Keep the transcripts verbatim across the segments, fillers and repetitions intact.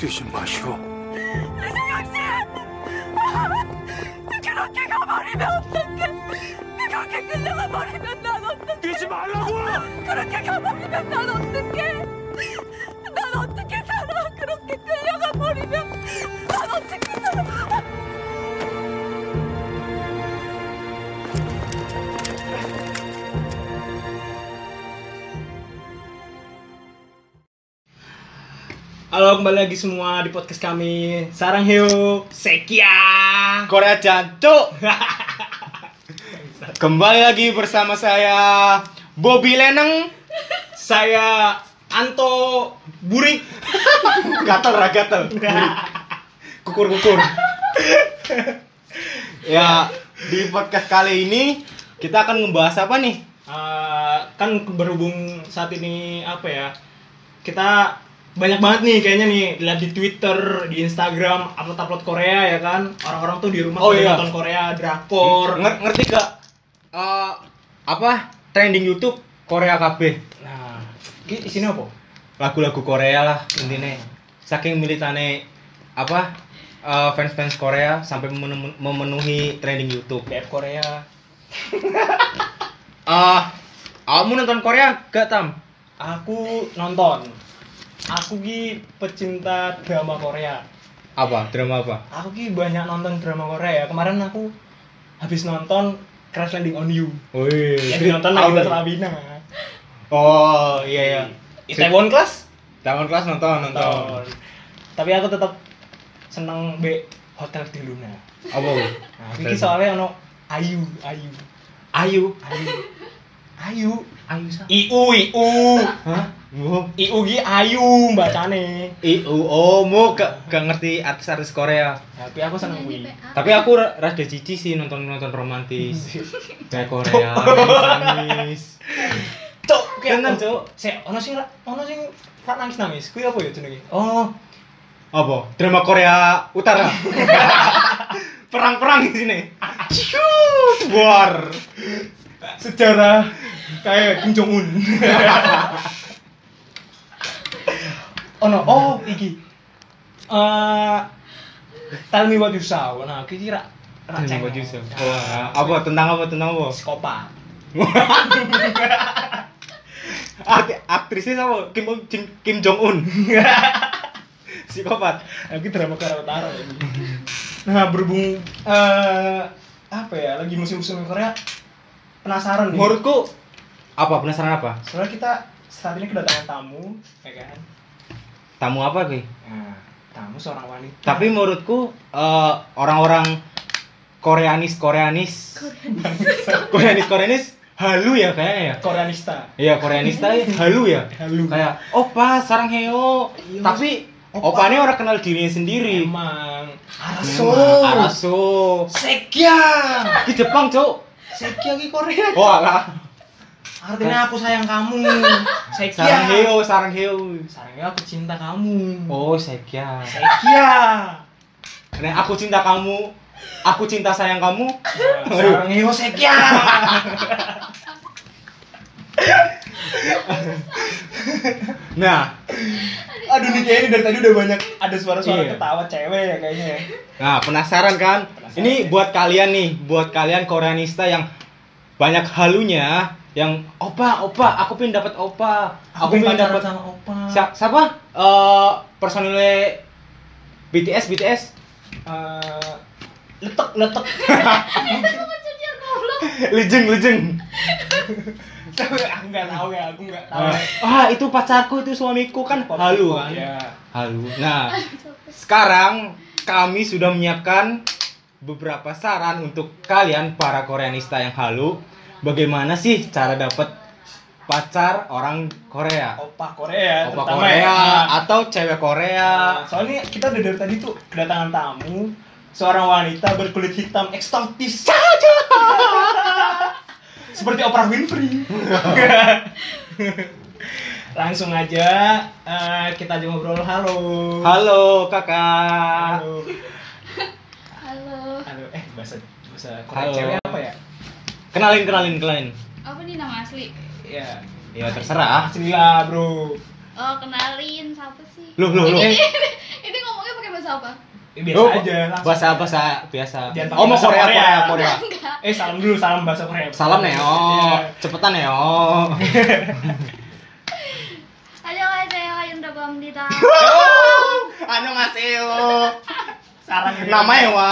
뛰지 마시오. 이승혁 씨! 그렇게 가버리면 어떡해? 그렇게 끌려가 버리면 난 어떡해? 뛰지 말라고! 그렇게 가버리면 난 어떡해? 난 어떻게 살아? 그렇게 끌려가 버리면 난 어떻게 살아? Halo, kembali lagi semua di podcast kami. Sarang Heo Sekia Korea Jancuk. Kembali lagi bersama saya Bobby Leneng. Saya Anto Burik. Gatel ra gatel. Kukur-kukur. Ya, di podcast kali ini kita akan ngebahas apa nih? Uh, Kan berhubung saat ini apa ya, kita banyak banget nih kayaknya nih lihat di Twitter, di Instagram upload-upload Korea ya kan. Orang-orang tuh di rumah Oh, pada iya. nonton Korea, drakor. Nger- ngerti gak? Eh, apa? Trending YouTube Korea K B. Nah, ini isinya apa? Lagu-lagu Korea lah intinya. Saking militane apa? eh, fans-fans Korea sampai menem- memenuhi trending YouTube. B F Korea. Eh, kamu nonton Korea gak, Tam? Aku nonton. Aku ki pecinta drama Korea. Apa? Drama apa? Aku ki banyak nonton drama Korea. Kemarin aku habis nonton Crash Landing on You. Wih, Yang nonton lagi Mas Labina. Oh, iya iya. Itaewon Class Taman kelas nonton, nonton. nonton. Tapi aku tetap seneng be Hotel di Luna. Apa? Nah, iki soalnya ono Ayu, Ayu. Ayu. Ayu. Ayu. Ayu sa. I U I U. Hah? Oh. I U ki Ayu bacane. I U O mu gak, gak ngerti artis-artis Korea. Tapi aku seneng kuwi. Tapi aku ra- rada cici sih nonton-nonton romantis. Kayak Korea, nangis. Cuk, Tenan, Cuk. Sik, ono sing ra- ono sing tak nangis-nangis. Kuwi apa ya jenenge? Oh, Apa? Drama Korea Utara. Perang-perang di sini. Ciut, war. sejarah kayak Kim Jong Un. Ono, oh iki. Eh Tell me what you saw. Nah, iki ra ra Tentang ceng. baju sih. Wah, apa tentang apa tentang apa? Psikopat. Arti aktrisnya sama Kim Kim, Kim Jong Un. Psikopat. Lagi drama Korea Utara ini. Nah, berhubung eh apa ya, lagi musim-musim Korea, penasaran nih. Menurutku apa penasaran apa? Soalnya kita saat ini kedatangan tamu, ya kan? Tamu apa ki? Nah, tamu seorang wanita. Tapi menurutku eh, orang-orang Koreanis Koreanis Koreanis Koreanis halu ya kayaknya ya. Koreanista. Iya Koreanista ya, halu ya. Halu. Kayak opa sarang heo. Iya, Tapi opa. opanya orang kenal dirinya sendiri. Emang Araso. Araso. Araso. Sekya. Di Jepang, Cuk. Sekya ki Korea. Oh alah. Artinya aku sayang kamu. Sekya. Sarang heo, sarang heo. Sarangnya aku cinta kamu. Oh, Sekya. Sekya. Nek aku cinta kamu, aku cinta sayang kamu. Nah, sarang heo Sekya. Nah, Aduh nih kayaknya dari tadi udah banyak ada suara-suara Iya. ketawa cewek ya kayaknya ya. nah penasaran kan? Penasaran. Ini buat kalian nih, buat kalian Koreanista yang banyak halunya, yang opa, opa, aku pengen dapat opa. Aku pengen dapat sama opa. Siapa? Siapa? Eh personilnya B T S, B T S. Eh, letek letek. Lejeng, lejeng. Tapi aku nggak tahu ya, aku nggak tahu. Ah, itu pacarku, itu suamiku kan halu kan? Ya. Halu. Nah, sekarang kami sudah menyiapkan beberapa saran untuk kalian para Koreanista yang halu. Bagaimana sih cara dapat pacar orang Korea? Opa Korea. Opa terutama Korea ya. atau cewek Korea? Nah, soalnya kita udah dari tadi tuh kedatangan tamu seorang wanita berkulit hitam eksotis. Seperti Oprah Winfrey. Langsung aja eh, kita aja ngobrol. Halo. Halo, Kakak. Halo. Halo. Halo. Eh bahasa bahasa Korea Halo. cewek apa ya? Kenalin, kenalin, kenalin. Apa nih nama asli? Ya. Ya terserah. Asli lah, Bro. Oh, kenalin siapa sih? Loh, loh, loh. Ini, ini Ya, biasa Oh, aja. langsung. Bahasa bahasa biasa. Jangan pakai Oh, mau bahasa Korea, Korea. Korea, Korea. Eh salam dulu, salam bahasa Korea. Salam Neo. Iya. Cepetan Neo. 안녕하세요, 윤다범입니다. 안녕하세요. Sarang gitu. Namanya wa.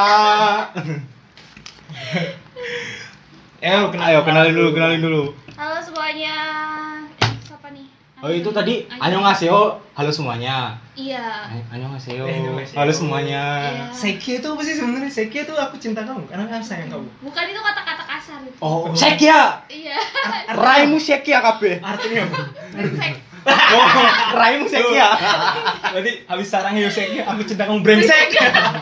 Eh, lu kenal- Ayo kenalin dulu, kenalin dulu. Halo semuanya. Eh, siapa nih? Oh itu tadi annyeonghaseyo, halo semuanya. Iya. Annyeonghaseyo, Annyeonghaseyo. halo semuanya. Iya. Sekia itu apa sih sebenarnya? Sekia itu aku cinta kamu karena aku sayang kamu. Bukan itu kata-kata kasar itu. Oh, Sekia. Iya. Raimu Sekia kabeh. Artinya apa? Brengsek. Oh, Raimu Sekia. Berarti habis sarang Hyo Sekia, aku cinta kamu brengsek.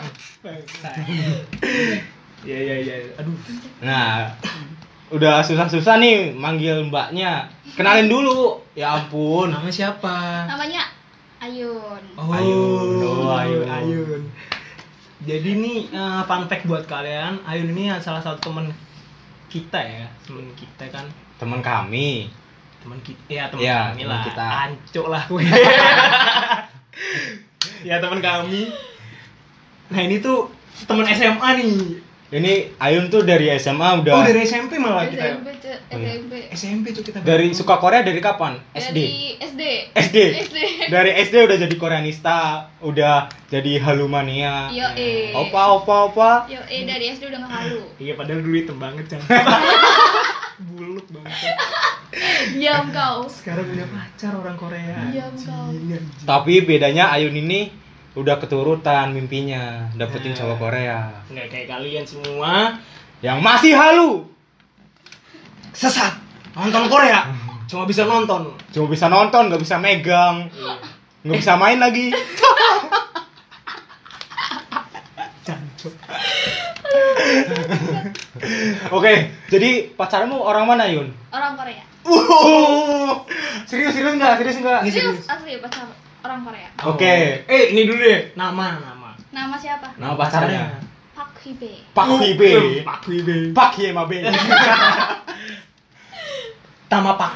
Iya iya iya. Aduh. Nah, udah susah-susah nih manggil mbaknya. Kenalin dulu. Ya ampun. Nama siapa? Namanya Ayun. Oh, Ayun. Oh, Ayun. Ayun. Ayun. Jadi nih eh, fun fact buat kalian, Ayun ini salah satu teman kita ya, teman kita kan, Teman kami. teman kita, ya teman Ya, kami teman lah, kita. ancuk lah gue. Ya teman kami. Nah ini tuh teman S M A nih. Ini Ayun tuh dari S M A udah. Oh dari S M P malah S kita. M P, Cek. Oh, iya. S M P. S M P tuh kita. Dari suka Korea dari kapan? S D. Dari S D. S D. S D. Dari S D udah jadi Koreanista, udah jadi halumania. Yo eh. Opa opa opa. Yo eh dari S D udah nggak halu. Iya padahal dulu hitam banget kan. Bulut banget. Diam kau. Sekarang punya pacar orang Korea. Diam kau. Anjing, anjing. Tapi bedanya Ayun ini udah keturutan mimpinya dapetin Nah. cowok Korea Nggak kayak kalian semua yang masih halu. sesat nonton Korea cuma bisa nonton. Cuma bisa nonton, nggak bisa megang, nggak bisa main lagi. Jancuk. Oke, jadi pacarmu orang mana Yun? Orang Korea. Uh, serius serius nggak? Serius nggak? Serius asli pacar orang Korea. Oke. Eh ini dulu deh nama nama. Nama siapa? Nama pacarnya Park Hee-bae. Pak Hibe. Pak Wibe. Pak Hiemabe. Tama Pak.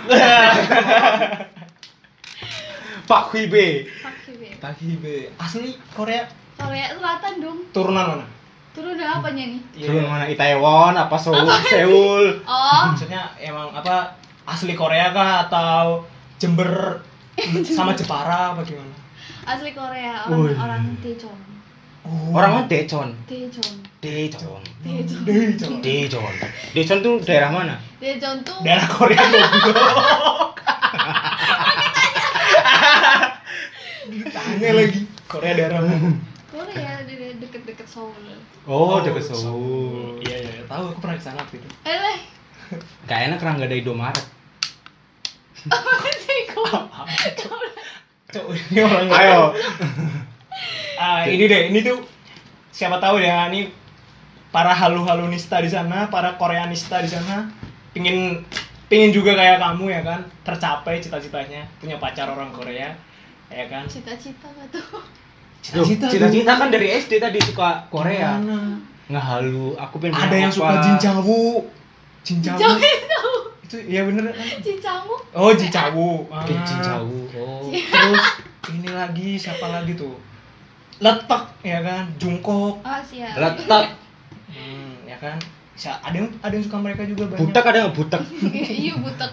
Pak Hibe. Park Hee-bae. Pak Wibe. Asli Korea. Korea Selatan dong. Turunan mana? Turun dari apanya nih? Turun mana? Itaewon apa Seoul? Seoul. Oh, Maksudnya emang apa asli Korea kah atau Jember sama Jepara apa gimana? asli Korea, Wih. orang orang Daejeon. Oh. Orang mana? Daejeon. Daejeon. Daejeon. Daejeon. Daejeon. Daejeon. Daejeon tuh daerah mana? Daejeon tuh Daerah Korea goblok. Ditanya lagi Korea daerah mana? Korea di deket-deket Seoul. Oh, dekat Seoul. Iya iya, tahu aku pernah ke sana waktu itu. Eh, leh. Gak enak karena nggak ada Indomaret. Apa sih kau? Cok, ini orang Ayo. Ah, ini deh, ini tuh siapa tahu ya, ini para halu-halunista di sana, para Koreanista di sana pingin pingin juga kayak kamu ya kan, tercapai cita-citanya punya pacar orang Korea, ya kan? Cita-cita gak tuh? Loh, Cita-cita kan dari S D tadi suka Korea. Gimana? Nggak halu, aku pengen Ada punya yang opa. suka Jinjawu. Jinjawu. Jangan tahu. Itu iya bener kan? Cicamu. Oh, Jinjawu. Ah. Eh, Jinjawu. Oh. Terus ini lagi siapa lagi tuh? Letak ya kan, Jungkook. Oh, siap. Letak. Hmm, ya kan? Sa- Ada yang ada yang suka mereka juga banyak. Butek ada nggak butek? Iya, butek.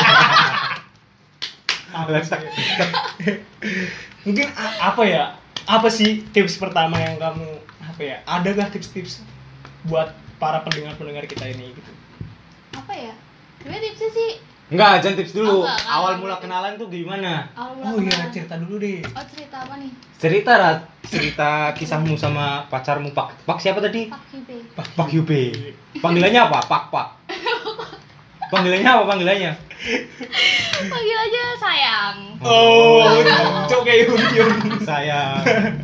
Apa sih? Mungkin a- apa ya? Apa sih tips pertama yang kamu apa ya? Adakah tips-tips buat para pendengar-pendengar kita ini gitu? Apa ya? Sebenarnya tipsnya sih Enggak, jangan tips dulu. Oh, enggak, enggak. Awal mula kenalan tuh gimana? awal Oh iya, kenalan. cerita dulu deh. Oh, cerita apa nih? Cerita Rat. Cerita kisahmu sama pacarmu Pak. Pak siapa tadi? Park Hee-bae. Pak Yube. Panggilannya apa? Pak Pak. Panggilannya apa panggilannya? Panggil aja sayang. Oh, cok kayak Yun Yun. Saya.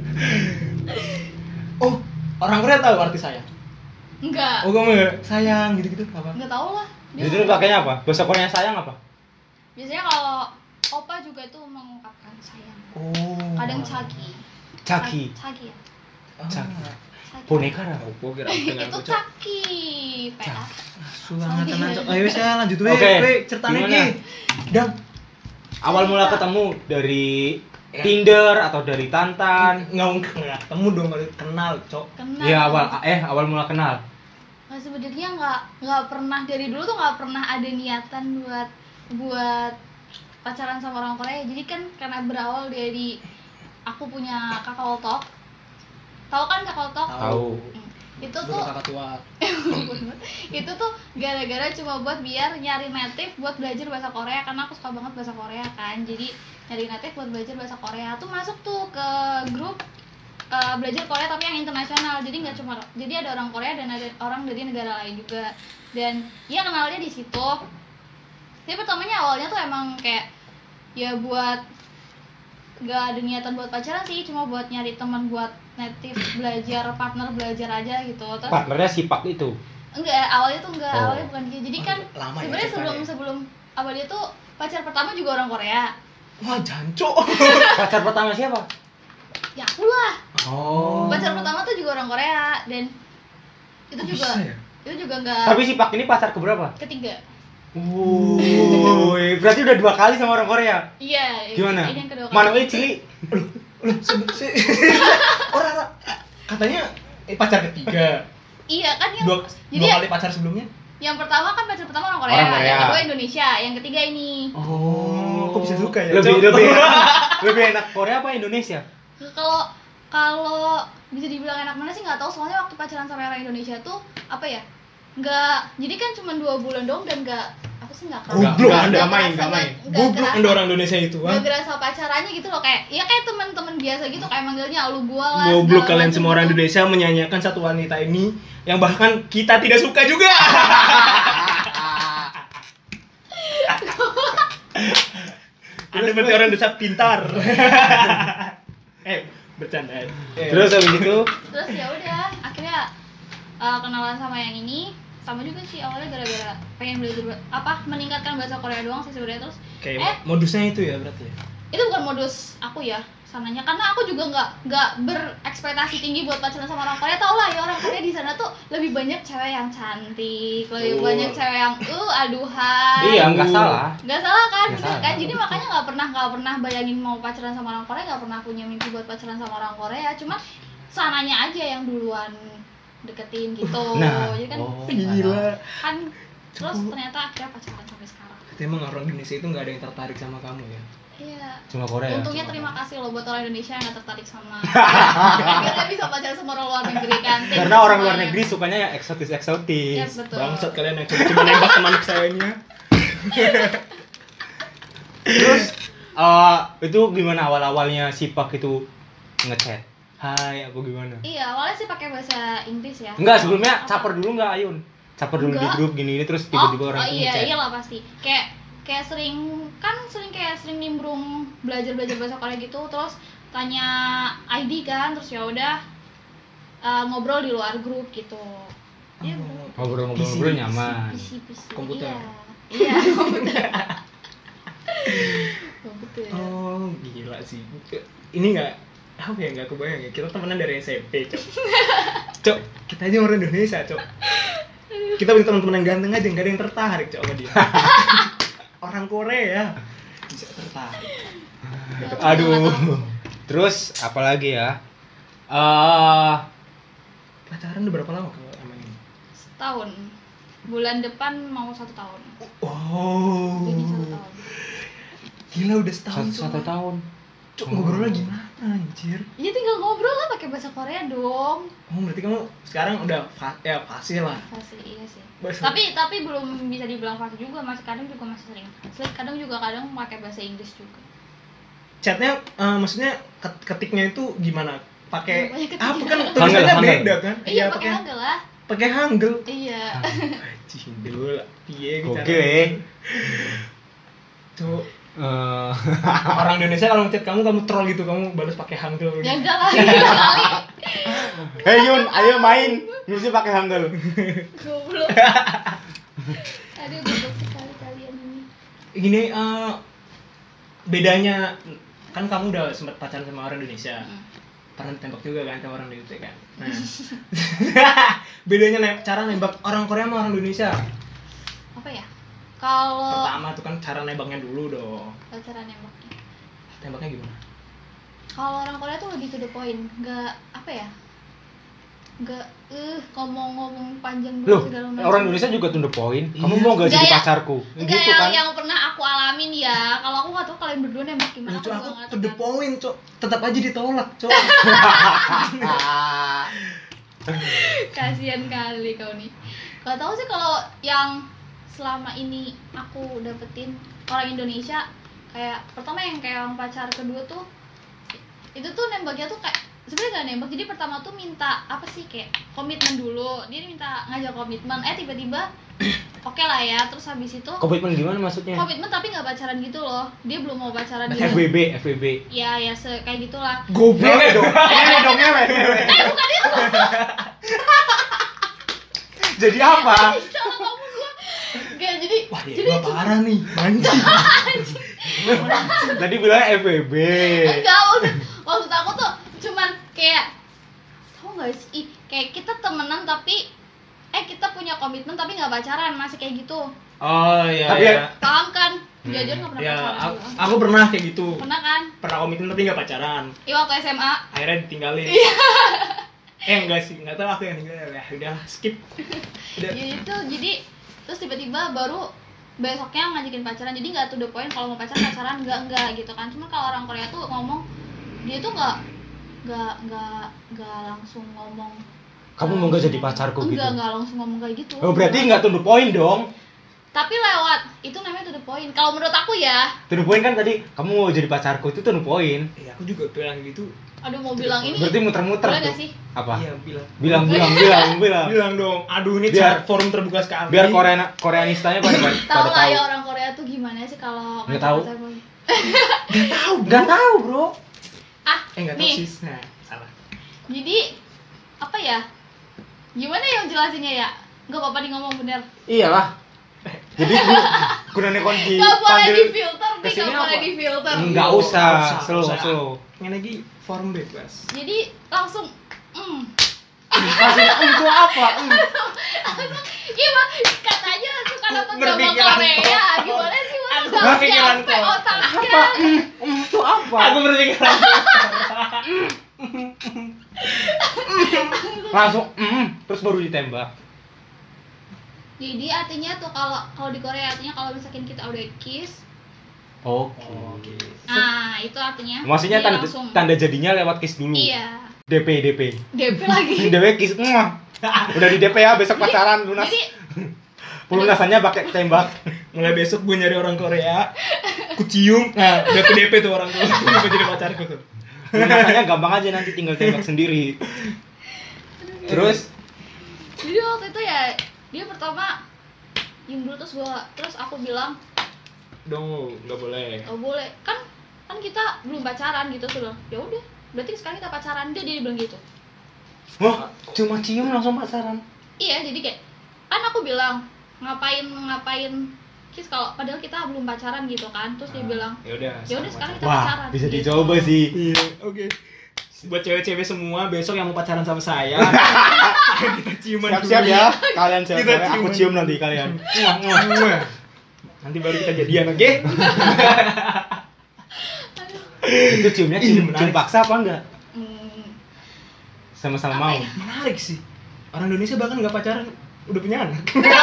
Oh, orang Korea tahu arti sayang? Enggak. Oh, kamu ya? Sayang gitu-gitu apa? Enggak tahu lah. Dia Jadi pakainya apa? Bahasa Korea sayang apa? biasanya kalau opa juga tuh mengungkapkan sayang. Oh. Kadang cagi. Caki. Cagi ya? Ah, Caki. Cagi. Boneka lah. Apa kira dengan Itu bocah? caki. P A. Sulang tenan cok. Ayo wis ya lanjut we. Oke. We ceritanya Gimana? iki. Dang. Awal mula ketemu dari Ya. Tinder atau dari Tantan? Nggak nggak ketemu dong kalau kenal, Cok. Kenal. Ya awal eh awal mula kenal. Nah, sebenarnya nggak nggak pernah dari dulu tuh nggak pernah ada niatan buat buat pacaran sama orang Korea. Jadi kan karena berawal dari aku punya Kakao Talk. Tahu kan Kakao Talk? Tahu. Hmm. Itu Dulu tuh kakak tua. itu tuh gara-gara cuma buat biar nyari native buat belajar bahasa Korea karena aku suka banget bahasa Korea kan. Jadi nyari native buat belajar bahasa Korea tuh masuk tuh ke grup uh, belajar Korea tapi yang internasional. Jadi nggak cuma jadi ada orang Korea dan ada orang dari negara lain juga. Dan ya kenalnya di situ. Tapi pertamanya awalnya tuh emang kayak ya buat nggak ada niatan buat pacaran sih, cuma buat nyari teman buat native belajar, partner belajar aja gitu. Terus Partnernya sipak itu. enggak, awalnya tuh enggak, Oh. awalnya bukan gitu. Jadi kan Lama ya sebenarnya ceritanya. sebelum sebelum awalnya tuh pacar pertama juga orang Korea. Wah, jancok. Pacar pertama siapa? Ya aku lah. Oh. Pacar pertama tuh juga orang Korea dan itu Kok juga bisa ya? itu juga enggak Tapi sipak ini pacar keberapa? ketiga. Wuih, berarti udah dua kali sama orang Korea. Iya. Gimana? Ini yang kedua kali. Manuel Cili. Loh, se- se- orang orang- katanya eh, pacar ketiga. Iya kan yang Dua, jadi dua ya- kali pacar sebelumnya? yang pertama kan pacar pertama orang Korea, Orang Korea. yang kedua Indonesia, yang ketiga ini. Oh, kok bisa suka ya? Lebih Cok? lebih lebih enak Korea apa Indonesia? Kalau kalau bisa dibilang enak mana sih nggak tahu, soalnya waktu pacaran sama orang Indonesia tuh apa ya, nggak, jadi kan cuma dua bulan dong dan nggak apa sih nggak kerasa, Goblok, nggak Anda. kerasa, Main, nggak main. nggak Goblok kerasa- Anda orang Indonesia itu, nggak ah. kerasa pacarannya gitu loh, kayak ya kayak teman-teman biasa gitu, kayak manggilnya lu gua lah. Goblok segala kalian macam semua orang gitu. Indonesia menyanyiakan satu wanita ini yang bahkan kita tidak suka juga. Anda berarti orang desa pintar. eh, bercanda. Eh. Terus habis itu Terus ya udah akhirnya uh, kenalan sama yang ini, sama juga sih awalnya gara-gara pengen belajar ba- apa meningkatkan bahasa Korea doang sih sebenarnya. Terus kayak eh modusnya itu ya berarti ya. itu bukan modus aku ya sananya, karena aku juga nggak nggak berekspektasi tinggi buat pacaran sama orang Korea. Tau lah ya, orang Korea di sana tuh lebih banyak cewek yang cantik, lebih Oh. banyak cewek yang uh aduhan. iya nggak salah. Nggak salah kan, Nggak bener salah. kan? Jadi makanya nggak pernah nggak pernah bayangin mau pacaran sama orang Korea, nggak pernah punya mimpi buat pacaran sama orang Korea. Cuma sananya aja yang duluan deketin gitu. Nah, Jadi kan oh, Gila. kan terus ternyata akhirnya pacaran sampai sekarang. Berarti emang orang Indonesia itu nggak ada yang tertarik sama kamu ya? Iya. Cuma Korea. Untungnya terima kasih loh buat orang Indonesia yang gak tertarik sama akhirnya bisa pacaran sama orang luar negeri kan. Thank you Karena orang luar semuanya. negeri sukanya yang eksotis Ya eksotis. betul. Bangsat kalian yang coba-coba nembak teman sayanya. Terus eh itu gimana awal-awalnya sipak itu ngechat? Hai, apa gimana? Iya, awalnya sih pakai bahasa Inggris ya. Enggak, sebelumnya Apa? caper dulu enggak Ayun? Caper dulu di Enggak. grup gini ini terus Oh, tiba-tiba orang oh itu iya, ngechat. iyalah pasti. Kayak kayak sering kan sering kayak sering nimbrung belajar-belajar bahasa Korea gitu, terus tanya I D kan, terus ya udah uh, ngobrol di luar grup gitu. Iya, bro. Ngobrol-ngobrol Isi, nyaman. P C P C. Komputer. Iya, iya komputer. Komputer. Oh, gila sih. Ini nggak apa ya, nggak kebayang ya, kita temenan dari S M P, Cok. Cok, kita aja orang Indonesia, Cok. Kita punya teman-teman yang ganteng aja, nggak ada yang tertarik, Cok, sama dia. Orang Korea bisa tertarik. Aduh. Terus apalagi ya? Eh Pacaran udah berapa lama kalau emang ini? Setahun. Bulan depan mau satu tahun. Oh, Jadi satu tahun. gila udah setahun. satu, satu Cok. tahun. Cok, ngobrolnya gimana, anjir? Ya tinggal ngobrol lah pakai bahasa Korea dong. Oh, berarti kamu sekarang udah fa- ya fasih lah. Fasih, iya sih. Bahasa- Tapi tapi belum bisa dibilang fasih juga, masih kadang juga masih sering. Sering kadang juga kadang pakai bahasa Inggris juga. Chatnya, eh, maksudnya ket- ketiknya itu gimana? Pakai Banyak ketik. apa kan Hangul, tulisannya hangul. beda kan? Iya, pakai hangul lah. pakai hangul. Iya. Cindul, piye bicara. Oke. Tuh, Eh orang Indonesia kalau ngechat kamu, kamu troll gitu, kamu balas pakai hangul. Ya Gitu. enggak lah, gila kali. Hey Yun, ayo main. Mesti pakai hangul. Goblok. Aduh, goblok sekali kalian ini. Gini, eh, bedanya kan kamu udah sempat pacaran sama orang Indonesia. Hmm. Pernah ditembak juga kan sama orang Indonesia kan. Nah. Bedanya ne- cara nembak orang Korea sama orang Indonesia. Apa ya? Kalau Pertama tuh kan cara nembaknya dulu dong. cara nembaknya. Tembaknya gimana? Kalau orang Korea tuh lebih to the point, nggak apa ya, nggak eh ngomong-ngomong panjang dulu Loh, segala macam. orang Indonesia juga to the point. Kamu Iya. mau gak jadi Gaya- pacarku? Enggak Gitu yang, kan? yang pernah aku alamin ya. Kalau aku nggak tahu kalian berdua nembak gimana. Nah, Cok, juga aku nggak to the tahu. point, Cok. Tetap aja ditolak, Cok. Kasian kali kau nih. Gak tahu sih kalau yang selama ini aku dapetin orang Indonesia, kayak pertama yang kayak yang pacar kedua tuh itu tuh nembaknya tuh kayak sebenarnya gak nembak. Jadi pertama tuh minta apa sih, kayak komitmen dulu. Dia minta ngajak komitmen, eh tiba-tiba oke lah ya. Terus habis itu Komitmen gimana maksudnya? komitmen tapi nggak pacaran gitu loh. Dia belum mau pacaran gitu. F W B, F W B. Ya ya se kayak gitulah. Goblok dong. Ngewe dong, ngewe, ngewe. Eh bukan itu. Jadi apa? Salah kamu gua. Gak jadi. Wah, dia jadi gua parah nih. Anjing. Tadi bilangnya F W B. enggak maksud, maksud aku tuh cuman kayak tau gak sih, ih, kayak kita temenan tapi eh kita punya komitmen tapi nggak pacaran, masih kayak gitu. Oh iya. Tapi iya. Paham kan? Hmm. Jujur nggak pernah Ya, pacaran aku, juga. aku pernah kayak gitu. Pernah kan? Pernah komitmen tapi nggak pacaran. Iya waktu S M A. Akhirnya ditinggalin. Eh enggak sih, enggak tahu aku yang tinggal. Ya udah skip. Udah. Ya itu jadi terus tiba-tiba baru besoknya ngajakin pacaran. Jadi nggak to the point, kalau mau pacaran pacaran enggak enggak gitu kan. Cuma kalau orang Korea tuh ngomong, dia tuh nggak nggak nggak nggak langsung ngomong. Kamu mau gak jadi pacarku gitu? Enggak, enggak langsung ngomong kayak gitu. Oh, berarti nggak to the point dong. Tapi lewat, itu namanya to the point. Kalau menurut aku ya, To the point kan tadi kamu mau jadi pacarku itu to the point. Iya, aku juga bilang gitu. aduh mau bilang ini. Berarti muter-muter boleh tuh. nggak sih? Apa? Iya, bilang. Bilang, bilang, bilang, bilang. Bilang dong. Aduh, ini Biar- chat forum terbuka sekali. Biar Korean Koreanistanya pada pada Tahu lah tahu. ya orang Korea tuh gimana sih kalau Nggak ngajak tahu. pacaran. Nggak tahu, Bro. Ah, Eh, enggak tahu nih. sih. Nah, salah. Jadi apa ya? Gimana yang jelasinnya ya? Nggak apa-apa nih ngomong bener. Iyalah. Jadi gu- gunanya kon di Nggak boleh panggil di filter nih, kesini nggak boleh apa? di filter. Enggak Oh, usah, nggak usah, slow, nggak usah. slow. Ini lagi forum bebas. Jadi langsung, hmm. Maksudnya itu apa? Hmm. Iya mah katanya suka nonton drama Berpikiran Korea. kotor. Gimana sih masa Aku nggak berpikiran nyampe kotor. otaknya? Apa? Hmm, hmm, itu apa? Aku berpikiran. Langsung mm, terus baru ditembak. Jadi artinya tuh kalau kalau di Korea artinya kalau misalkan kita udah kiss, Oke. Oke. nah itu artinya Maksudnya dia tanda langsung, tanda jadinya lewat kiss dulu. iya D P D P. D P lagi. D P kiss. Muah. Udah di D P ya, besok pacaran lunas. Jadi Pelunasannya pakai tembak. Mulai besok gue nyari orang Korea, ku cium, nah udah ke D P tuh orang tuh, gue jadi pacarku tuh. Pelunasannya gampang aja, nanti tinggal tembak sendiri. Terus jadi waktu itu ya dia pertama yang dulu terus gua terus aku bilang Dong, nggak boleh. oh boleh kan kan kita belum pacaran gitu sudah ya udah berarti sekarang kita pacaran dia dia bilang gitu. wah, cuma cium langsung pacaran. Iya jadi kayak kan aku bilang ngapain ngapain kiss kalau padahal kita belum pacaran gitu kan terus dia bilang Ya udah. ya udah sekarang kita Wah, pacaran. bisa gitu. dicoba sih. Iya, oke. Buat cewek-cewek semua besok yang mau pacaran sama saya, kita ciuman Siap-siap dulu. ya, kalian Kita cewek-cewek, aku ciuman. cium nanti kalian. Muah, muah. Muah. Nanti baru kita jadian, oke? Itu ciumnya Ih, cium, menarik. cium paksa apa enggak? Hmm, Sama-sama Apa mau. ya? Menarik sih. Orang Indonesia bahkan nggak pacaran, udah punya anak.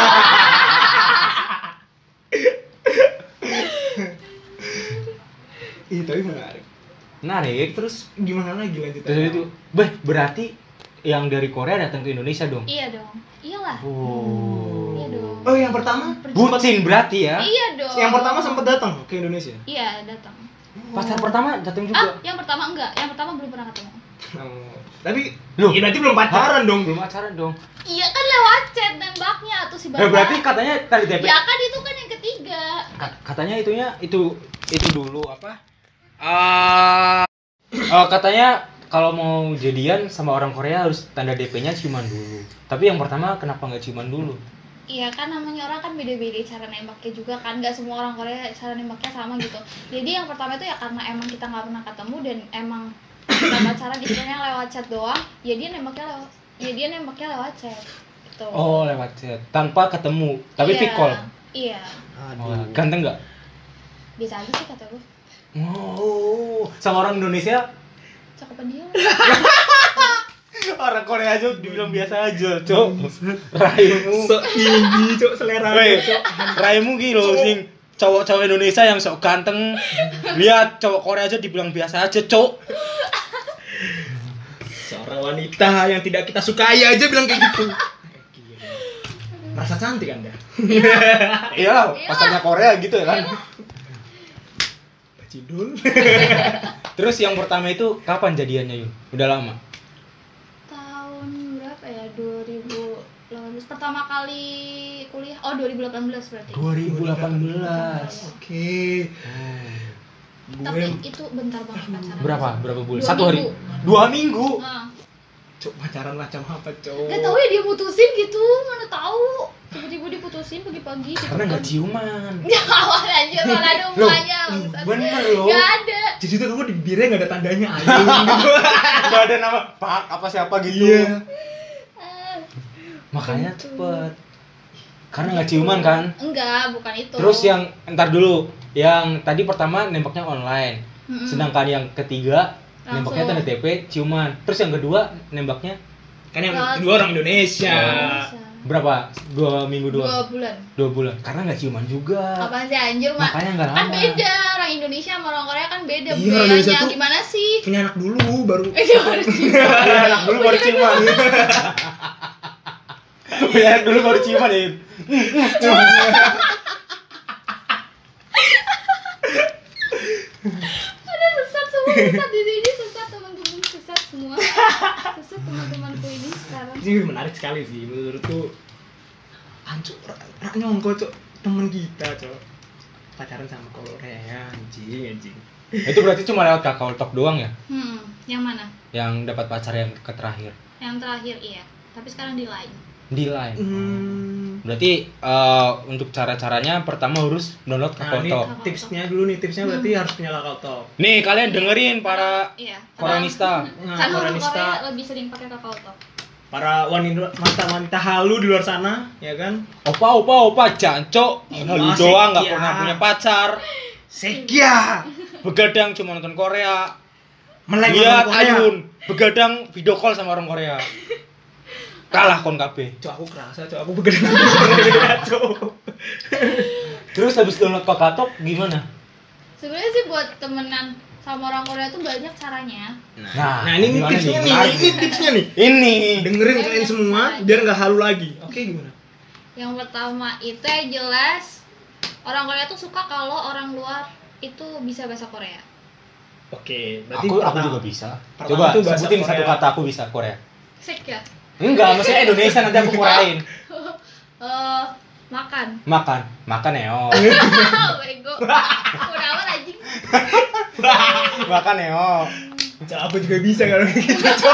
Ih, tapi menarik. Menarik. Terus gimana lagi lanjutannya? Terus itu, beh, berarti yang dari Korea datang ke Indonesia dong? iya dong iyalah Oh. iya dong Oh, yang pertama? Bucin berarti ya? iya dong Yang pertama sempat datang ke Indonesia. iya datang. Pacar pertama datang juga? Ah, yang pertama enggak, yang pertama belum pernah ketemu. Oh, tapi Loh. ya berarti belum pacaran dong. Belum pacaran dong. Iya kan lewat chat nembaknya tuh si Eh, Bapak. berarti katanya tadi D P. Ya kan itu kan yang ketiga. Ka- katanya itunya itu itu dulu apa? Ah, eh, katanya kalau mau jadian sama orang Korea harus tanda D P-nya ciuman dulu. Tapi yang pertama kenapa nggak ciuman dulu? Iya kan namanya orang kan beda-beda cara nembaknya juga kan, nggak semua orang Korea cara nembaknya sama gitu. Jadi yang pertama itu ya karena emang kita nggak pernah ketemu dan emang kita pacaran istilahnya lewat chat doang, ya dia nembaknya lewat, ya dia nembaknya lewat chat. Gitu. Oh, lewat chat. Tanpa ketemu, tapi Iya, video call. Iya, Oh, ganteng nggak? bisa aja sih kata gue. Oh, sama orang Indonesia cakep apa dia? Orang Korea aja dibilang biasa aja, Cok. Raimu. Sok tinggi, cok selera. Weh, Cok. Raimu ki lho sing cowok-cowok Indonesia yang sok ganteng. Lihat cowok Korea aja dibilang biasa aja, Cok. Seorang wanita yang tidak kita sukai aja bilang kayak gitu. Merasa cantik Anda. Iyalah, pasarnya Korea gitu ya kan. Bacidul. Terus yang pertama itu kapan jadiannya, Yun? Udah lama. Tahun berapa ya? dua ribu delapan belas pertama kali kuliah. Oh, dua ribu delapan belas berarti. dua ribu delapan belas. Oke. Tapi Gue itu bentar banget pacaran. Berapa? Berapa bulan? Dua Satu hari. minggu. Dua minggu. Nah, cok pacaran macam apa, cok? gak tahu ya dia mutusin gitu, mana tahu. Tiba-tiba diputusin pagi-pagi. Karena nggak ciuman. Ya awal aja, malah ada Loh, mukanya. bangsat. bener loh. Gak ada. Jadi tuh kamu di bibirnya nggak ada tandanya ayo gitu. Nggak ada nama Pak apa siapa gitu. Iya. Ah, Makanya cepet. Karena nggak ciuman kan. enggak, bukan itu. Terus yang entar dulu, yang tadi pertama nembaknya online. Mm-mm. Sedangkan yang ketiga Langsung. nembaknya tanda T P ciuman. Terus yang kedua nembaknya Kan yang Lewat- kedua orang Indonesia. Bisa. berapa? Dua minggu Dua dua. bulan. Dua bulan. Karena nggak ciuman juga. Apaan sih anjir, Mak? Makanya nggak Kan lama. beda, orang Indonesia sama orang Korea kan beda Iya, orang Indonesia budayanya. tuh- Gimana sih? Punya anak dulu baru. Eh, dia harus ciuman. Punya anak dulu baru ciuman. Punya anak dulu baru ciuman ya. Yun. Ada sesat semua, sesat di sini, sesat teman-teman, sesat semua. Sesat teman-temanku ini sekarang. Ini menarik sekali sih menurutku. Anjir, rak nyongko cok temen kita cok pacaran sama Korea anjing anjing. Itu berarti cuma lewat Kakao Talk doang ya? Hmm, yang mana? Yang dapat pacar yang ke terakhir. Yang terakhir iya. Tapi sekarang di Line. Di Line. Hmm. Berarti eh, untuk cara-caranya pertama harus download Nah Kakao ini Talk. tipsnya dulu nih tipsnya berarti harus punya Kakao Talk. Nih kalian dengerin para Iya. Koreanista. Nah, Kan orang Koreanista, Korea lebih sering pakai Kakao Talk. para wanita wanita halu di luar sana, ya kan? Opa opa opa jancok. Halu Masih doang nggak ya. pernah punya pacar. Sekia. Begadang cuma nonton Korea. Melek Lihat orang Korea. Ayun begadang video call sama orang Korea. Kalah kon kabeh. Cok aku kerasa, cok aku begadang Korea, cok. Terus habis download Kakao Talk gimana? Sebenarnya sih buat temenan sama orang Korea tuh banyak caranya. Nah, Nah, ini, ini gimana tipsnya nih? nih, Menarik ini tipsnya nih. Ini. Dengerin Banyak kalian semua caranya. biar nggak halu lagi. Oke, gimana? Yang pertama itu yang jelas orang Korea tuh suka kalau orang luar itu bisa bahasa Korea. Oke, berarti Aku aku pertama- juga bisa. pertama Coba tuh bahasa sebutin Korea. satu kata aku bisa Korea. Sek ya. Enggak, maksudnya Indonesia nanti aku koreain. Eh, makan. Makan, makan Neo. Bego. Udah amat anjing. Makan Neo. Cok, aku juga bisa kalau gitu, cok.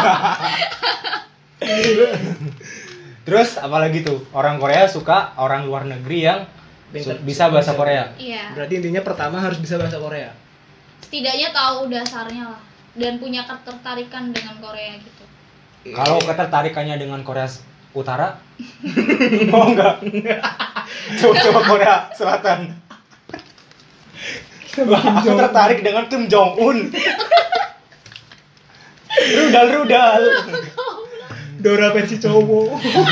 Terus apalagi tuh? Orang Korea suka orang luar negeri yang Pintar- su- bisa bahasa Korea. Iya. Berarti intinya pertama harus bisa bahasa Korea. Setidaknya tahu dasarnya lah dan punya ketertarikan dengan Korea gitu. Kalau ketertarikannya dengan Korea Utara, mau enggak? Coba-coba Korea Selatan. Wah, aku tertarik dengan Kim Jong Un. Rudal-rudal. Dora versi cowok.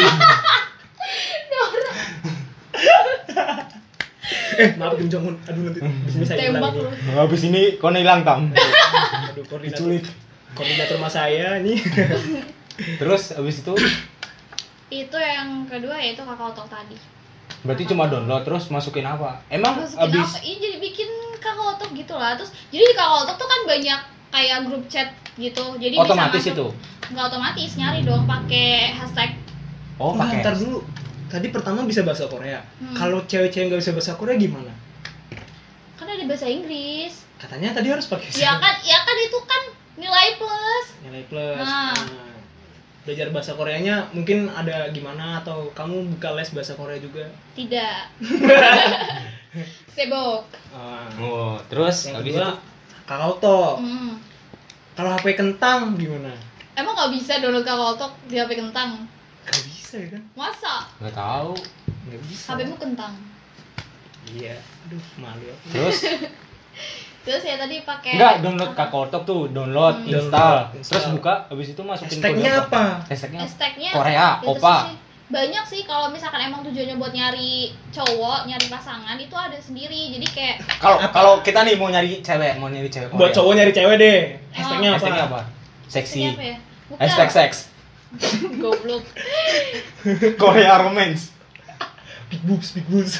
eh, maaf Kim Jong Un. Aduh nanti bisnis saya hilang Tembak ini. lu. Habis ini kau hilang tam. Aduh, koordinator, Diculik. koordinator rumah saya nih. Terus habis itu Itu yang kedua yaitu Kakao Talk tadi. berarti cuma download terus masukin apa? Emang Masukin habis apa? Ini jadi bikin Kakao Talk gitu lah. Terus jadi di Kakao Talk tuh kan banyak kayak grup chat gitu. Jadi otomatis bisa itu. masuk. Nggak otomatis, nyari dong pakai hashtag. Oh, Nah, pakai. ntar dulu. Tadi pertama bisa bahasa Korea. Hmm. Kalau cewek-cewek nggak bisa bahasa Korea gimana? Kan ada bahasa Inggris. Katanya tadi harus pakai Ya kan, ya kan itu kan nilai plus. nilai plus. Nah. Nah, belajar bahasa Koreanya mungkin ada gimana atau kamu buka les bahasa Korea juga? Tidak. Sebok. Ah. Oh, terus Yang habis kedua, itu Kakao Talk. Hmm. Kalau H P kentang gimana? Emang nggak bisa download Kakao Talk di H P kentang? Gak bisa ya kan? Masa? nggak tahu. Gak bisa. H P-mu kentang. Iya. Aduh, malu aku. Terus Terus ya tadi pakai Enggak, download Kakao Talk tuh, download, Hmm. install, Download, terus install. buka, habis itu masukin Hashtagnya kode apa? Hashtagnya apa? hashtagnya Korea, itu opa. sih. Banyak sih kalau misalkan emang tujuannya buat nyari cowok, nyari pasangan itu ada sendiri. Jadi kayak Kalau kalau kita nih mau nyari cewek, mau nyari cewek Korea. Buat cowok nyari cewek deh. Hashtagnya apa? Hashtagnya apa? Seksi. hashtagnya apa ya? Bukan. Hashtag seks. Goblok. Korea romance. Big boobs, big boobs.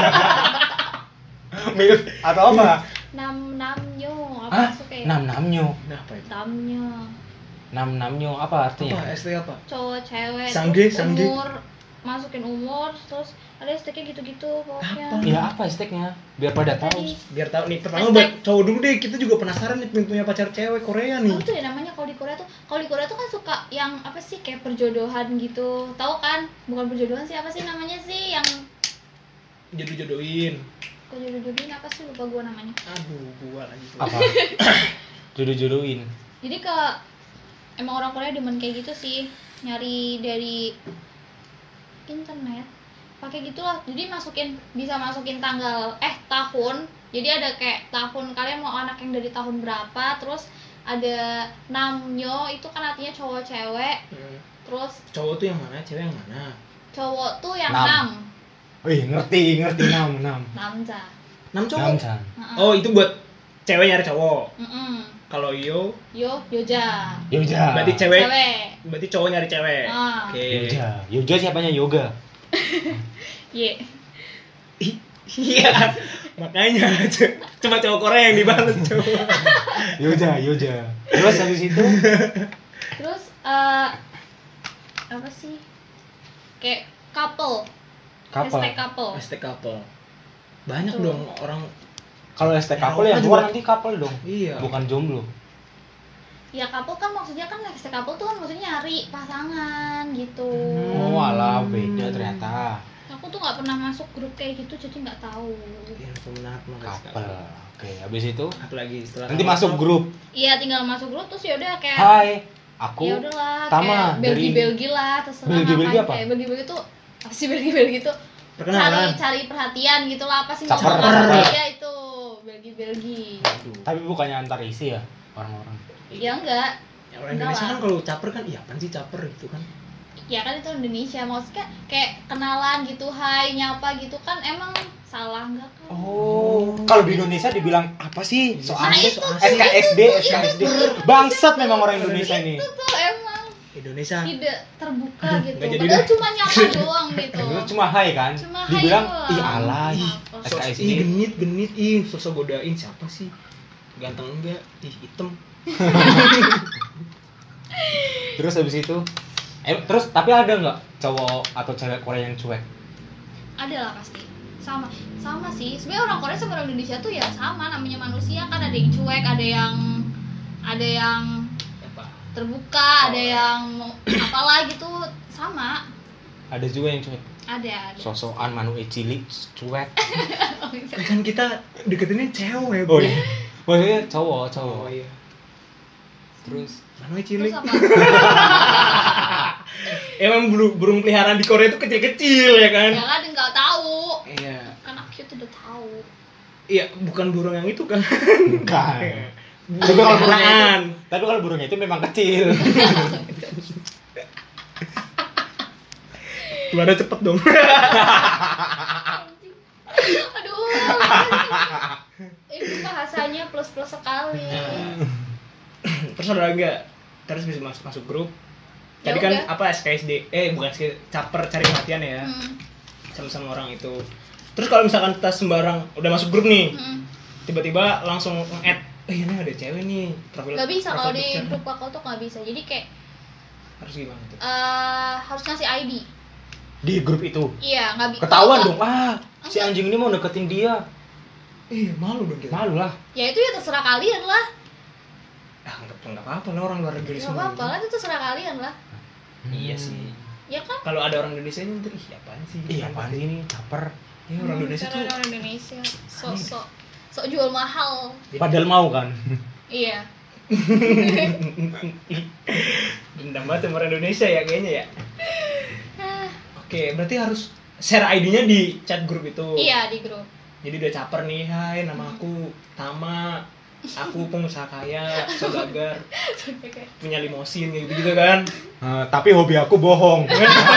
Milf atau apa? Nam namnyo apa Hah? tuh kayak Nam namnyo. Nah, apa itu? namnyo. Nah, Nam namnyo apa artinya? Apa? Hashtag apa? Cowok cewek Sangge, terus sangge. umur, masukin umur, terus ada hashtagnya gitu-gitu pokoknya. Apa? Ya apa hashtagnya? Biar pada tahu. Tadi. Biar tahu nih, pertama Hashtag. buat cowok dulu deh. Kita juga penasaran nih pengen punya pacar cewek Korea nih. Apa tuh ya namanya kalau di Korea tuh? Kalau di Korea tuh kan suka yang apa sih kayak perjodohan gitu. Tahu kan? Bukan perjodohan sih, apa sih namanya sih yang Jodoh-jodohin. kok jodoh-jodohin apa sih lupa gua namanya. Aduh, gua lagi. Apa? Jodoh-jodohin. Jadi ke emang orang Korea demen kayak gitu sih, nyari dari internet. Pakai gitulah. Jadi masukin bisa masukin tanggal eh tahun. Jadi ada kayak tahun kalian mau anak yang dari tahun berapa, terus ada namnyo itu kan artinya cowok cewek, Hmm. terus Cowok tuh yang mana, cewek yang mana? cowok tuh yang Nam. nam, Wih, ngerti, ngerti nam nam. namja. Enam cowok. Namjan. Heeh. Oh, itu buat cewek nyari cowok. Mm-mm. Kalau yo, Yo, Yoja. Yoja. berarti cewek, Cewek. berarti cowok nyari cewek. Ah. Oke. Yoja. Yoja siapanya yoga. Ye. Iya. Makanya c- cuma cowok Korea yang dibalas cowok. Yoja, Yoja. Terus habis itu Terus eh apa sih? Kayak couple. couple. Hashtag couple. Hashtag couple. Banyak Tuh. dong orang. Kalau hashtag Ya, couple apa yang juga? keluar nanti couple dong. Iya. Bukan jomblo. Ya couple kan maksudnya kan hashtag couple tuh kan maksudnya nyari pasangan gitu. Oh, alah beda ternyata. Aku tuh nggak pernah masuk grup kayak gitu jadi nggak tahu. Yang pemenang Couple. Oke, habis itu Apalagi setelah nanti couple. masuk grup. Iya tinggal masuk grup terus ya udah kayak Hai, aku ya udahlah Tama kayak belgi dari- belgi lah terserah Belgi-belgi ngapain. apa? Kayak belgi belgi tuh apa sih belgi belgi tuh cari Perkenalan. cari perhatian gitu lah apa sih Caper. ngomong apa ya itu belgi belgi. Aduh. Tapi bukannya antar isi ya orang-orang. Ya enggak. Ya, orang Indonesia Enggak kan lah. kalau caper kan, iya apaan sih caper gitu kan? Ya kan itu Indonesia maksudnya kayak kenalan gitu hai nyapa gitu kan emang salah enggak kan? Oh, kalau di Indonesia dibilang apa sih? So Nah, asik, itu tuh, S K S D, S K S D. Bangsat memang orang Indonesia ini. Itu tuh emang Indonesia. tidak terbuka Aduh, gitu. nggak jadi Padahal deh. cuma nyapa doang gitu. Itu cuma hai kan? Cuma hai Dibilang doang. ih alay. Apa? S K S Ih D. genit genit ih sosok godain siapa sih? Ganteng enggak? Ih hitam. Terus habis itu eh terus tapi ada nggak cowok atau cewek Korea yang cuek? Ada lah pasti. Sama sama sih. Sebenarnya orang Korea sama orang Indonesia tuh ya sama namanya manusia kan ada yang cuek, ada yang ada yang Apa? terbuka, ada yang mau- apalah gitu sama. Ada juga yang cuek. Ada ada. Sosokan Manu Ecili cuek. Kan kita deketinnya cewek. Oh Bro. iya. Maksudnya cowok, Oh cowok. iya. Terus Mana Terus cilik? apa? Emang burung, burung peliharaan di Korea itu kecil-kecil ya kan? Ya kan nggak tahu. Iya. Kan aku tuh udah tahu. Iya, bukan burung yang itu kan. bukan. Tapi kalau burungnya itu, Peliharaan. tapi kalau burungnya itu memang kecil. Gimana cepet dong. Aduh. Ini bahasanya plus-plus sekali. Terus ada enggak? Terus bisa masuk, masuk grup. Ya Tadi kan udah. apa S K S D? Eh, bukan S K S D, caper cari perhatian ya. Hmm. Sama-sama orang itu. Terus kalau misalkan kita sembarang udah masuk grup nih, Hmm. tiba-tiba langsung nge-add, eh ini ada cewek nih. Profil, Gak bisa kalau profil di picture. grup kakao tuh nggak bisa. Jadi kayak Harus gimana tuh? eh harus ngasih I D. Di grup itu. Iya nggak bisa. Ketahuan dong. Ah, si anjing ini mau deketin dia. Eh, malu dong kita. Malu lah. Ya itu ya terserah kalian lah. Ah, enggak enggak apa-apa lah orang luar negeri Gak semua. apa-apa lah itu terserah kalian lah. Iya sih. Ya kan? Kalau ada orang Indonesia ini ntar, ih apaan sih? Iya, apaan sih ini caper. Ya, orang Indonesia tuh Karena orang Indonesia sok sok sok jual mahal. Padahal mau kan. Iya. dendam banget sama orang Indonesia ya kayaknya ya. Ah, Oke, berarti harus share I D-nya di chat grup itu. iya di grup. Jadi udah caper nih, hai nama aku Tama. aku pengusaha kaya, saudagar, punya limosin gitu gitu kan. Eh, tapi hobi aku bohong.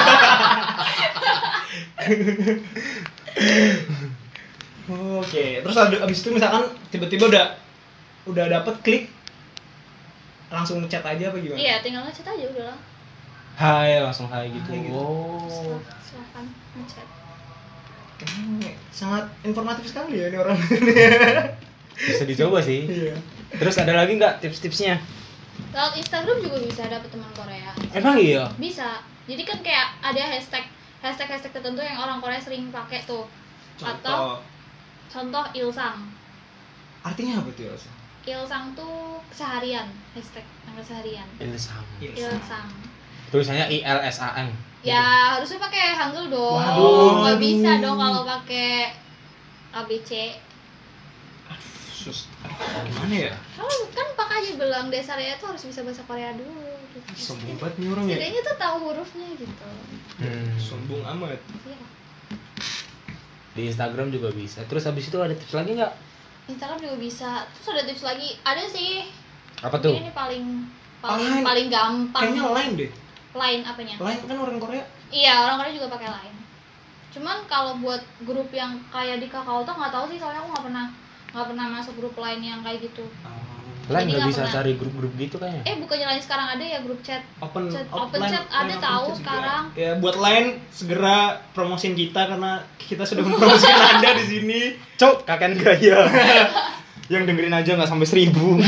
Oke, terus ada, abis itu misalkan tiba-tiba udah udah dapet klik, langsung ngechat aja apa gimana? Iya, tinggal ngechat aja udah lah. Hai, langsung hai gitu. Hai gitu. Oh. Silakan ngechat. Hmm, sangat informatif sekali ya ini orang. Bisa dicoba sih. Iya. Terus ada lagi nggak tips-tipsnya? Lewat Instagram juga bisa dapet teman Korea. Emang iya? Bisa. Jadi kan kayak ada hashtag hashtag hashtag tertentu yang orang Korea sering pakai tuh. Atau Contoh, contoh ilsang. artinya apa tuh Elsa? Ilsang tuh keseharian, hashtag tanggal seharian. Ilsam. Ilsang. Tulisannya I L S A N. Ya harusnya pakai hangul dong. Waduh. Nggak bisa dong kalau pakai A B C. Sus, gimana ya? Kalau kan Pak aja bilang dasarnya tuh harus bisa bahasa Korea dulu. Gitu. Sombong banget nih orang ya. Setidaknya tuh tahu hurufnya gitu. Hmm. Sombong amat. Iya. Di Instagram juga bisa. Terus habis itu ada tips lagi nggak? Instagram juga bisa. Terus ada tips lagi. Ada sih. Apa tuh? Ini paling paling Line. paling gampang. Kayaknya lain deh. Line apanya? Lain kan orang Korea. Iya, orang Korea juga pakai Line. Cuman kalau buat grup yang kayak di Kakao tuh nggak tahu sih, soalnya aku nggak pernah nggak pernah masuk grup Line yang kayak gitu. Lain Jadi nggak nggak bisa pernah. cari grup-grup gitu kayaknya. Eh bukannya Line sekarang ada ya grup chat? Open, Chat- op- open line- chat ada line tahu open chat juga. sekarang. Ya buat lain segera promosiin kita karena kita sudah mempromosikan Anda di sini. Cok, kakek gaya. Yang dengerin aja nggak sampai seribu.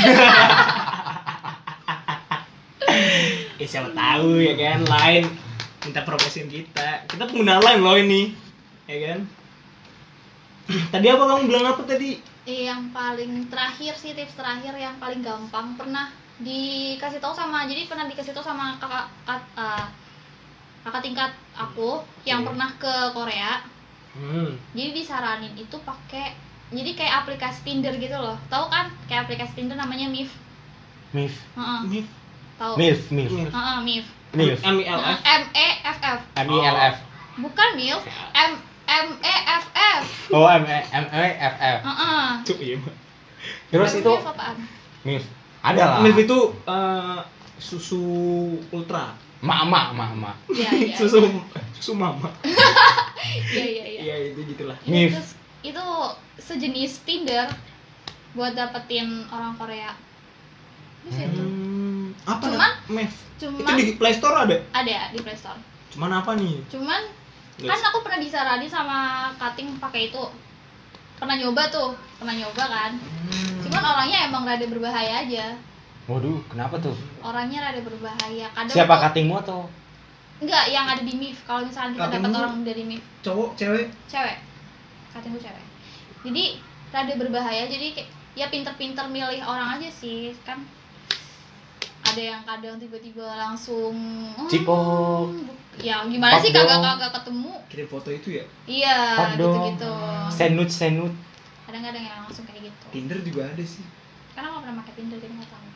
Ya siapa tahu ya kan, lain minta promosiin kita. Kita pengguna lain loh ini. Ya kan? Tadi apa kamu bilang apa tadi? Eh, yang paling terakhir sih, tips terakhir yang paling gampang pernah dikasih tahu sama, jadi pernah dikasih tahu sama kakak kak, uh, kakak tingkat aku yang Oke. pernah ke Korea. Hmm. Jadi disaranin itu pakai, jadi kayak aplikasi Tinder gitu loh. Tahu kan? Kayak aplikasi Tinder namanya Mif. Mif. Heeh. Mif. Tahu? Milf, Milf. Mif. Heeh, Mif. Milf. M I L F. M E F F. M I L F. Bukan Milf. M M E F F. Oh, M E M E F F. Heeh. Cuk, iya. Mbak. Terus itu Mif apaan? Milf. Ada lah. Milf itu eh, susu ultra. Mama, mama. Iya, iya. Susu susu mama. Iya, iya, iya. Iya, itu gitulah. Mif. Itu, itu sejenis Tinder buat dapetin orang Korea. Bisa itu. Hmm, apa Cuman- nak? Mef. Cuman Itu di Play Store ada. ada di Play Store. Cuman apa nih? Cuman Guys. kan aku pernah disaranin sama Kating pakai itu. Pernah nyoba tuh, pernah nyoba kan. Hmm. Cuman orangnya emang rada berbahaya aja. Waduh, kenapa tuh? Orangnya rada berbahaya. Kadang Siapa tuh- katingmu atau? Enggak, yang ada di Mif. Kalau misalnya kita dapat Katingmu? orang dari Mif, Cowok, cewek? cewek. Kating gue cewek. Jadi rada berbahaya. Jadi kayak ya pinter-pinter milih orang aja sih kan. Ada yang kadang tiba-tiba langsung hmm, Cipok. ya gimana sih Pak dong. kagak-kagak ketemu. Kirim foto itu ya? Iya, Pak dong. gitu-gitu. Senut, senut. Kadang-kadang yang langsung kayak gitu. Tinder juga ada sih. Karena nggak pernah pakai Tinder jadi nggak tahu.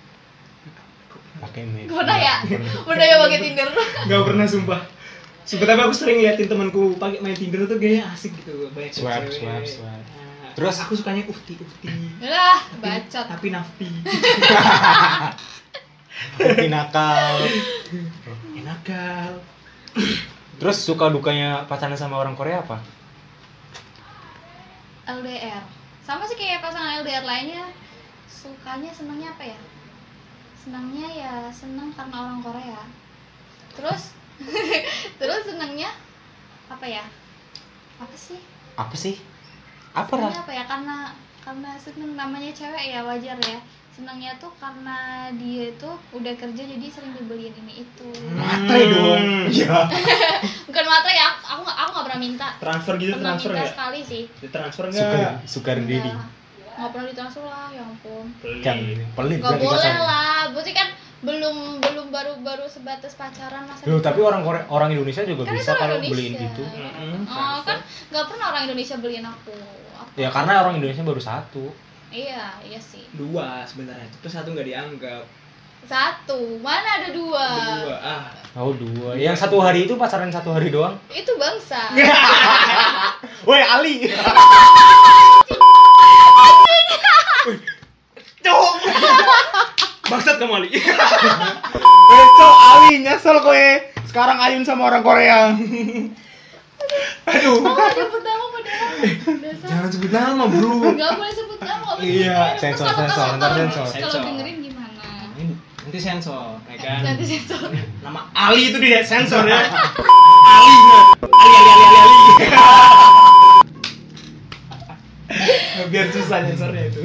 Pakai Milf. Pernah ya? Pernah ya pakai Tinder? Gak pernah sumpah. Sumpah, tapi aku sering liatin temanku pakai main Tinder tuh kayaknya asik gitu, banyak Swipe, cewek. swipe, swipe. Nah, Terus? aku sukanya uhti uhti. Lah, Tapi- bacot. Tapi nafti. Kopi nakal. Enakal. Terus suka dukanya pacaran sama orang Korea apa? L D R. Sama sih kayak pasangan L D R lainnya. Sukanya senangnya apa ya? Senangnya ya senang karena orang Korea. Terus terus senangnya apa ya? Apa sih? Apa sih? Apa Senangnya Ra? apa ya? Karena karena seneng, namanya cewek ya, wajar ya. Senangnya tuh karena dia tuh udah kerja jadi sering dibeliin ini itu. Matre dong. Iya. Bukan matre ya, aku aku nggak aku nggak pernah minta. Transfer gitu, Pernah transfer minta nggak? sekali sih. Ditransfer Suka, nggak? suka diri. Enggak, nggak pernah ditransfer lah, ya ampun. Yang pelit Nggak berarti boleh pacaran. lah, berarti kan belum belum baru baru sebatas pacaran masa. Loh, gitu. tapi orang Korea, orang Indonesia juga Kan bisa itu orang kalau Indonesia. beliin gitu. Mm-mm, Oh, transfer. kan nggak pernah orang Indonesia beliin aku. Apa? Ya karena orang Indonesia baru satu. Iya, iya sih. Dua sebenarnya, tapi satu nggak dianggap. Satu, mana ada dua? Dua, ah. Oh dua. Yang satu hari itu pacaran satu hari doang. Itu bangsa. Woi Ali. Cok. Bangsat kamu Ali. Eh, Cok, Ali nyesel kowe. Sekarang Ayun sama orang Korea. Aduh. Oh, sebut nama padahal. Dasar. Jangan sebut nama, Bro. Nggak boleh sebut nama. nggak boleh Iya, sebut nama. sensor, Terus kalau- sensor, kalau- ntar kalau- sensor. Kalau Sensor. dengerin gimana? Nanti sensor, ya kan? Nanti sensor. Nama Ali itu dia sensor ya. Ali, nah. Ali, Ali, Ali, Ali, Ali. Biar susah sensornya itu.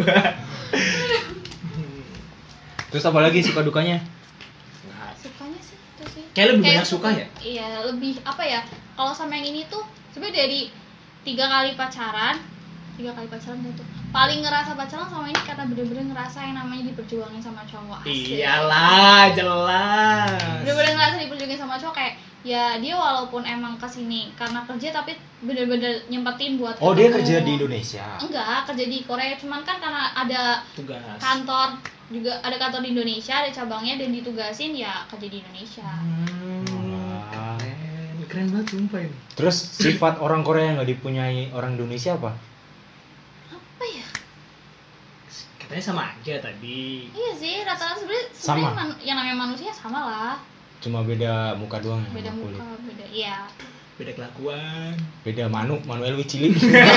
Terus apa lagi suka dukanya? Sukanya sih itu sih. Kayak lebih banyak suka ya? Iya, lebih apa ya? Kalau sama yang ini tuh sebenarnya dari tiga kali pacaran, tiga kali pacaran gitu. Paling ngerasa pacaran sama ini karena bener-bener ngerasa yang namanya diperjuangin sama cowok. Asik. Iyalah, jelas. Bener-bener ngerasa diperjuangin sama cowok kayak ya dia walaupun emang kesini karena kerja tapi bener-bener nyempetin buat Oh, dia ketemu. kerja di Indonesia. Enggak, kerja di Korea cuman kan karena ada Tugas. kantor juga ada kantor di Indonesia, ada cabangnya dan ditugasin ya kerja di Indonesia. Hmm, Wah. keren, keren banget sumpah ini. Terus sifat orang Korea yang nggak dipunyai orang Indonesia apa? Apa ya? Katanya sama aja tadi. Iya sih, rata-rata sebenarnya Sama. sebenarnya man- yang namanya manusia sama lah. Cuma beda muka doang. Beda sama kulit. muka, beda iya. Beda kelakuan. Beda Manu, Manuel Wicili.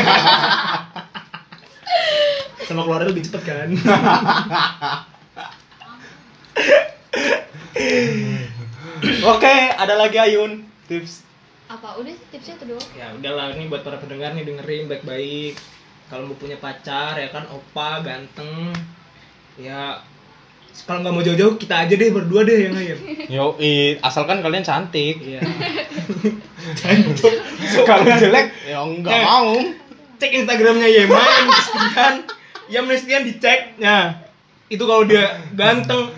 Sama keluarnya lebih cepet kan. Oke, ada lagi Ayun tips. Apa udah sih tipsnya itu doang? Ya udahlah, ini buat para pendengar nih, dengerin baik-baik. Kalau mau punya pacar ya kan, opa ganteng, ya kalau nggak mau jauh-jauh kita aja deh berdua deh yang lain. Yo, i, asalkan kalian cantik. Iya. Kalau jelek, ya enggak Eh. mau. Cek Instagramnya Yema, Yamnestian, Yamnestian dicek. Nah, itu kalau dia ganteng.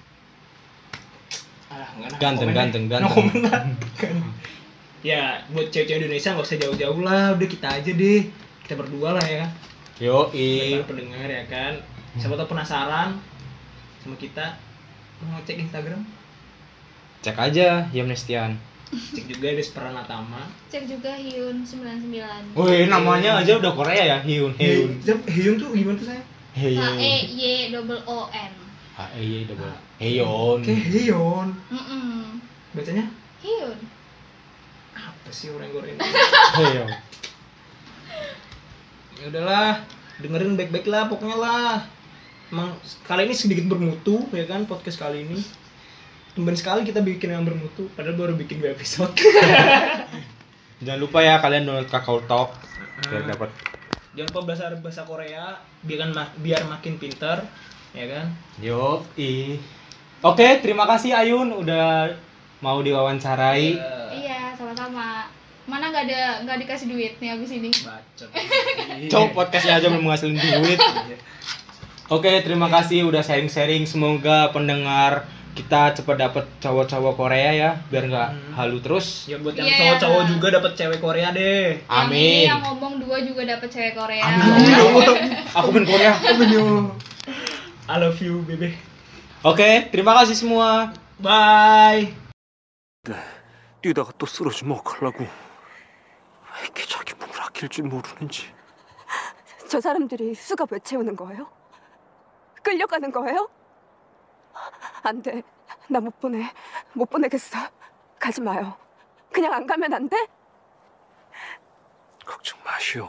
Alah, nggak nak Ganteng, komen ganteng, deh. ganteng. No comment lah. Ya, buat cewek-cewek Indonesia nggak usah jauh-jauh lah, udah kita aja deh, kita berdua lah ya. Yo, Buat i. para pendengar ya kan, siapa tau penasaran sama kita, mau cek Instagram, Cek aja Yamnestian. cek juga ada Pranatama. Cek juga Hyun sembilan puluh sembilan. Wih, namanya aja udah Korea ya, Hyun, Hyun. Hyun, Hyun tuh gimana tuh saya? H E Hyun. Y double O N. H E Y double. Hyun. Kayak Hyun, Mm-mm. bacanya Hyun. apa sih orang goreng? Hyun. Ya udahlah, dengerin baik-baik lah pokoknya lah. Emang kali ini sedikit bermutu ya kan podcast kali ini. Tumben sekali kita bikin yang bermutu, padahal baru bikin dua episode. Jangan lupa ya kalian download Kakao Talk biar dapat. Jangan lupa belajar bahasa Korea, biar kan ma- biar makin pinter, ya kan? Yo, i. Oke, terima kasih Ayun udah mau diwawancarai. Iya, sama-sama. Mana nggak ada nggak dikasih duit nih abis ini. Bacot. Cok, podcastnya aja belum menghasilin duit. Oke, terima kasih udah sharing-sharing. Semoga pendengar kita cepat dapat cowok-cowok Korea ya, biar nggak Hmm. halu terus. Ya buat yang Iya. cowok-cowok juga dapat cewek Korea deh. Yang ini Amin. yang ngomong dua juga dapet cewek Korea. Amin. Aku ben Korea. I love you, bebe. Oke, terima kasih semua. Bye. 뛰다가 또 쓰러지면 어떡하려고. 왜 이렇게 자기 몸을 아낄 줄 모르는지. 저 사람들이 수갑 왜 채우는 거예요? 끌려가는 거예요? 안 돼. 나 못 보내. 못 보내겠어. 가지 마요. 그냥 안 가면 안 돼? 걱정 마시오.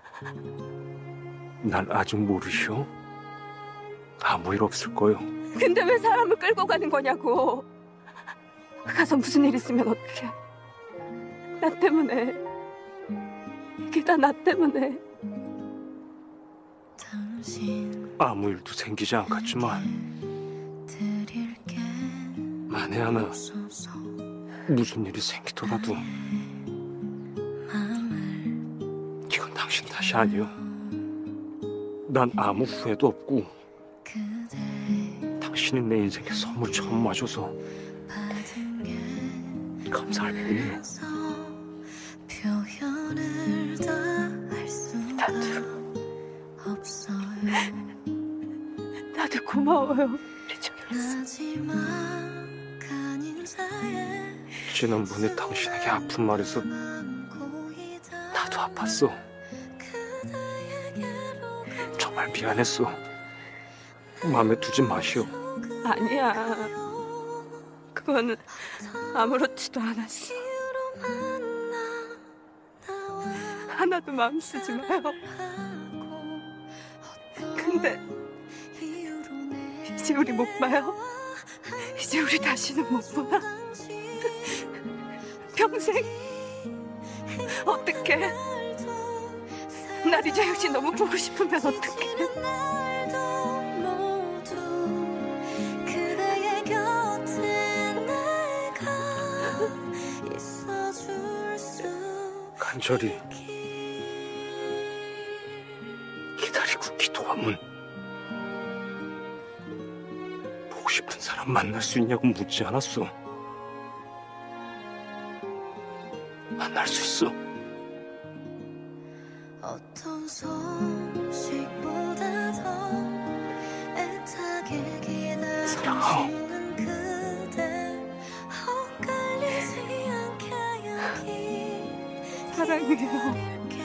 날 아직 모르시오? 아무 일 없을 거요. 근데 왜 사람을 끌고 가는 거냐고. 가서 무슨 일 있으면 어떡해. 나 때문에. 이게 다 나 때문에. 아무 일도 생기지 않겠지만 만에 하나 무슨 일이 생기더라도 이건 당신 탓이 아니오. 난 아무 후회도 없고 당신이 내 인생에 선물 처음 와줘서 감사할 뿐이요. 다들 고마워요. 지난번에 당신에게 아픈 말에서 나도 아팠어. 정말 미안했어. 마음에 두지 마시오. 아니야. 그거는 아무렇지도 않았어. 하나도 마음 쓰지 마요. 근데 이제 우리 못 봐요? 이제 우리 다시는 못 보나? 평생 어떡해? 날 이제 역시 너무 보고 싶으면 어떡해? 간절히 기다리고 기도하면 보고 싶은 사람 만날 수 있냐고 묻지 않았어. 만날 수 있어. 어떤 소식보다 더 애타게 기다려주는 그대 엇갈리지 않게 여기 사랑해요.